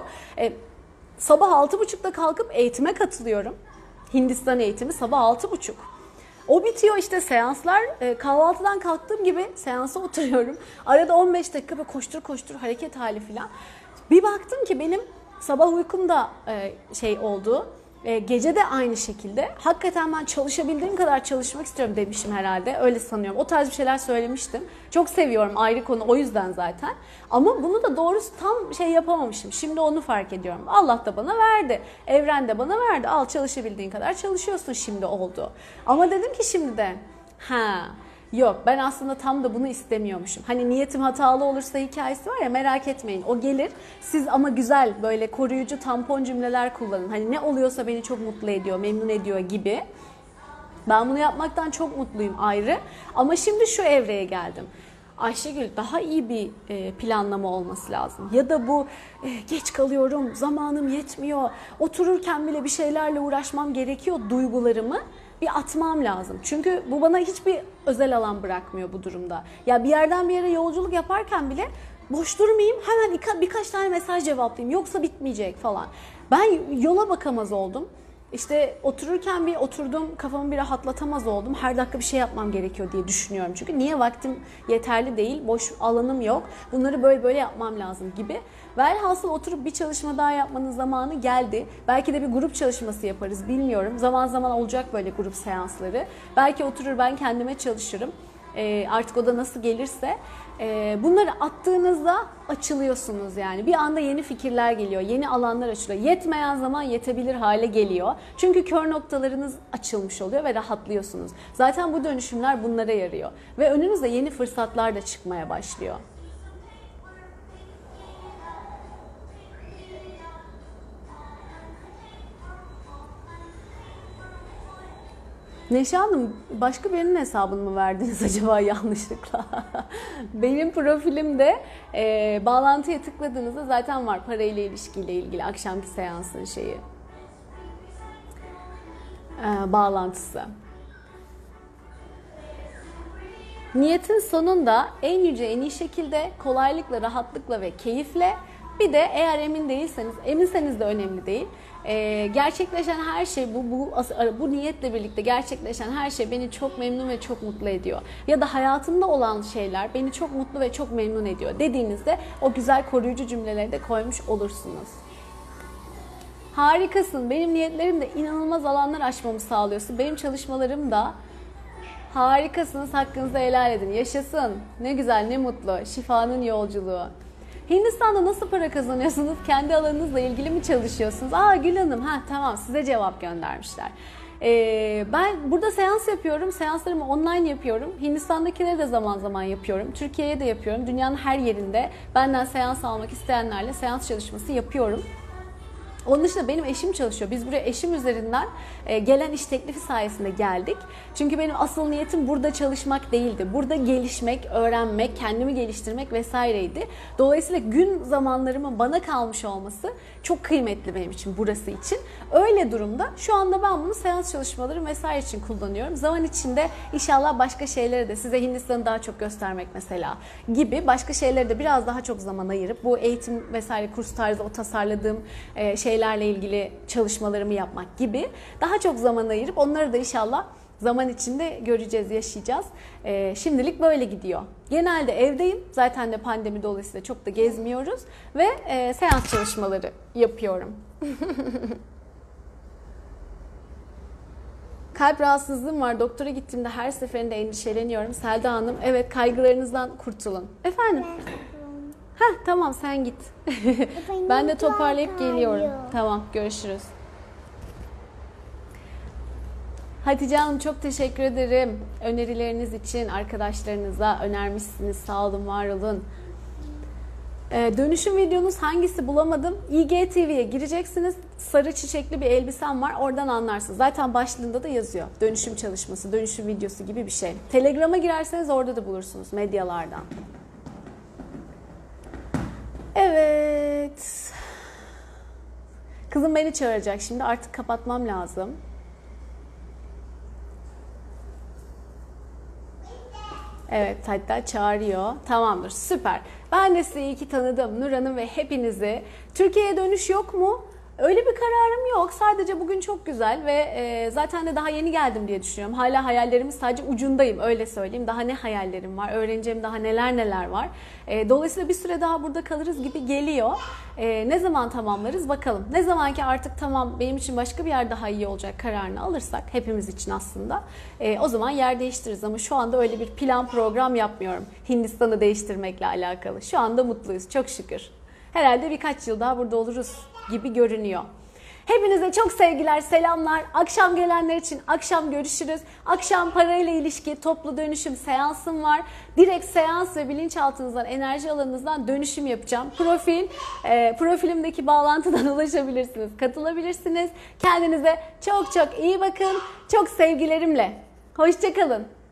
Sabah 6.30'da kalkıp eğitime katılıyorum. Hindistan eğitimi sabah 6.30. O bitiyor işte seanslar. Kahvaltıdan kalktığım gibi seansa oturuyorum. Arada 15 dakika böyle koştur hareket hali falan. Bir baktım ki benim sabah uykumda oldu. Gece de aynı şekilde. Hakikaten ben çalışabildiğim kadar çalışmak istiyorum demişim herhalde. Öyle sanıyorum. O tarz bir şeyler söylemiştim. Çok seviyorum, ayrı konu, o yüzden zaten. Ama bunu da doğrusu tam yapamamışım. Şimdi onu fark ediyorum. Allah da bana verdi. Evren de bana verdi. Al, çalışabildiğin kadar çalışıyorsun, şimdi oldu. Ama dedim ki şimdi de yok, ben aslında tam da bunu istemiyormuşum. Hani niyetim hatalı olursa hikayesi var ya, merak etmeyin, o gelir. Siz ama güzel böyle koruyucu tampon cümleler kullanın. Hani ne oluyorsa beni çok mutlu ediyor, memnun ediyor gibi. Ben bunu yapmaktan çok mutluyum, ayrı. Ama şimdi şu evreye geldim. Ayşegül, daha iyi bir planlama olması lazım. Ya da bu geç kalıyorum, zamanım yetmiyor, otururken bile bir şeylerle uğraşmam gerekiyor duygularımı bir atmam lazım. Çünkü bu bana hiçbir özel alan bırakmıyor bu durumda. Ya bir yerden bir yere yolculuk yaparken bile boş durmayayım, hemen birkaç tane mesaj cevaplayayım, yoksa bitmeyecek falan. Ben yola bakamaz oldum. İşte otururken bir oturdum, kafamı bir rahatlatamaz oldum. Her dakika bir şey yapmam gerekiyor diye düşünüyorum. Çünkü niye, vaktim yeterli değil, boş alanım yok. Bunları böyle böyle yapmam lazım gibi. Velhasıl oturup bir çalışma daha yapmanın zamanı geldi. Belki de bir grup çalışması yaparız, bilmiyorum. Zaman zaman olacak böyle grup seansları. Belki oturur ben kendime çalışırım. Artık o da nasıl gelirse. Bunları attığınızda açılıyorsunuz yani. Bir anda yeni fikirler geliyor, yeni alanlar açılıyor. Yetmeyen zaman yetebilir hale geliyor. Çünkü kör noktalarınız açılmış oluyor ve rahatlıyorsunuz. Zaten bu dönüşümler bunlara yarıyor. Ve önünüze yeni fırsatlar da çıkmaya başlıyor. Neşe Hanım, başka birinin hesabını mı verdiniz acaba yanlışlıkla? Benim profilimde bağlantıya tıkladığınızda zaten var parayla ilişkiyle ilgili akşamki seansın şeyi. Bağlantısı. Niyetin sonunda en yüce, en iyi şekilde, kolaylıkla, rahatlıkla ve keyifle, bir de eğer emin değilseniz, eminseniz de önemli değil. Gerçekleşen her şey bu niyetle birlikte gerçekleşen her şey beni çok memnun ve çok mutlu ediyor. Ya da hayatımda olan şeyler beni çok mutlu ve çok memnun ediyor dediğinizde o güzel koruyucu cümleleri de koymuş olursunuz. Harikasın. Benim niyetlerim de inanılmaz alanlar açmamı sağlıyorsun. Benim çalışmalarım da harikasınız. Hakkınızı helal edin. Yaşasın. Ne güzel, ne mutlu. Şifanın yolculuğu. Hindistan'da nasıl para kazanıyorsunuz? Kendi alanınızla ilgili mi çalışıyorsunuz? Gül Hanım, tamam, size cevap göndermişler. Ben burada seans yapıyorum. Seanslarımı online yapıyorum. Hindistan'dakileri de zaman zaman yapıyorum. Türkiye'ye de yapıyorum. Dünyanın her yerinde benden seans almak isteyenlerle seans çalışması yapıyorum. Onun dışında benim eşim çalışıyor. Biz buraya eşim üzerinden gelen iş teklifi sayesinde geldik. Çünkü benim asıl niyetim burada çalışmak değildi. Burada gelişmek, öğrenmek, kendimi geliştirmek vesaireydi. Dolayısıyla gün zamanlarımın bana kalmış olması çok kıymetli benim için, burası için. Öyle durumda şu anda ben bunu seans çalışmaları vesaire için kullanıyorum. Zaman içinde inşallah başka şeylere de, size Hindistan'ı daha çok göstermek mesela gibi başka şeylere de biraz daha çok zaman ayırıp bu eğitim vesaire kurs tarzı o tasarladığım şeylerle ilgili çalışmalarımı yapmak gibi daha çok zaman ayırıp onları da inşallah zaman içinde göreceğiz, yaşayacağız. Şimdilik böyle gidiyor. Genelde evdeyim. Zaten de pandemi dolayısıyla çok da gezmiyoruz ve seans çalışmaları yapıyorum. Kalp rahatsızlığım var. Doktora gittiğimde her seferinde endişeleniyorum. Selda Hanım, evet, kaygılarınızdan kurtulun. Efendim? Tamam, sen git. Ben de toparlayıp geliyorum. Tamam, görüşürüz. Hatice Hanım, çok teşekkür ederim. Önerileriniz için arkadaşlarınıza önermişsiniz. Sağ olun, var olun. Dönüşüm videonuz hangisi bulamadım? IGTV'ye gireceksiniz. Sarı çiçekli bir elbisem var. Oradan anlarsınız. Zaten başlığında da yazıyor. Dönüşüm çalışması, dönüşüm videosu gibi bir şey. Telegram'a girerseniz orada da bulursunuz medyalardan. Evet. Kızım beni çağıracak şimdi. Artık kapatmam lazım. Evet, hatta çağırıyor. Tamamdır, süper. Ben de sizi iyi ki tanıdım Nur Hanım ve hepinizi. Türkiye'ye dönüş yok mu? Öyle bir kararım yok. Sadece bugün çok güzel ve zaten de daha yeni geldim diye düşünüyorum. Hala hayallerimin sadece ucundayım, öyle söyleyeyim. Daha ne hayallerim var, öğreneceğim daha neler var. Dolayısıyla bir süre daha burada kalırız gibi geliyor. Ne zaman tamamlarız bakalım. Ne zaman ki artık tamam, benim için başka bir yer daha iyi olacak kararını alırsak, hepimiz için aslında, o zaman yer değiştiririz. Ama şu anda öyle bir plan program yapmıyorum Hindistan'ı değiştirmekle alakalı. Şu anda mutluyuz, çok şükür. Herhalde birkaç yıl daha burada oluruz gibi görünüyor. Hepinize çok sevgiler, selamlar. Akşam gelenler için akşam görüşürüz. Akşam parayla ilişki, toplu dönüşüm seansım var. Direkt seans ve bilinçaltınızdan, enerji alanınızdan dönüşüm yapacağım. Profilimdeki bağlantıdan ulaşabilirsiniz, katılabilirsiniz. Kendinize çok çok iyi bakın. Çok sevgilerimle. Hoşça kalın.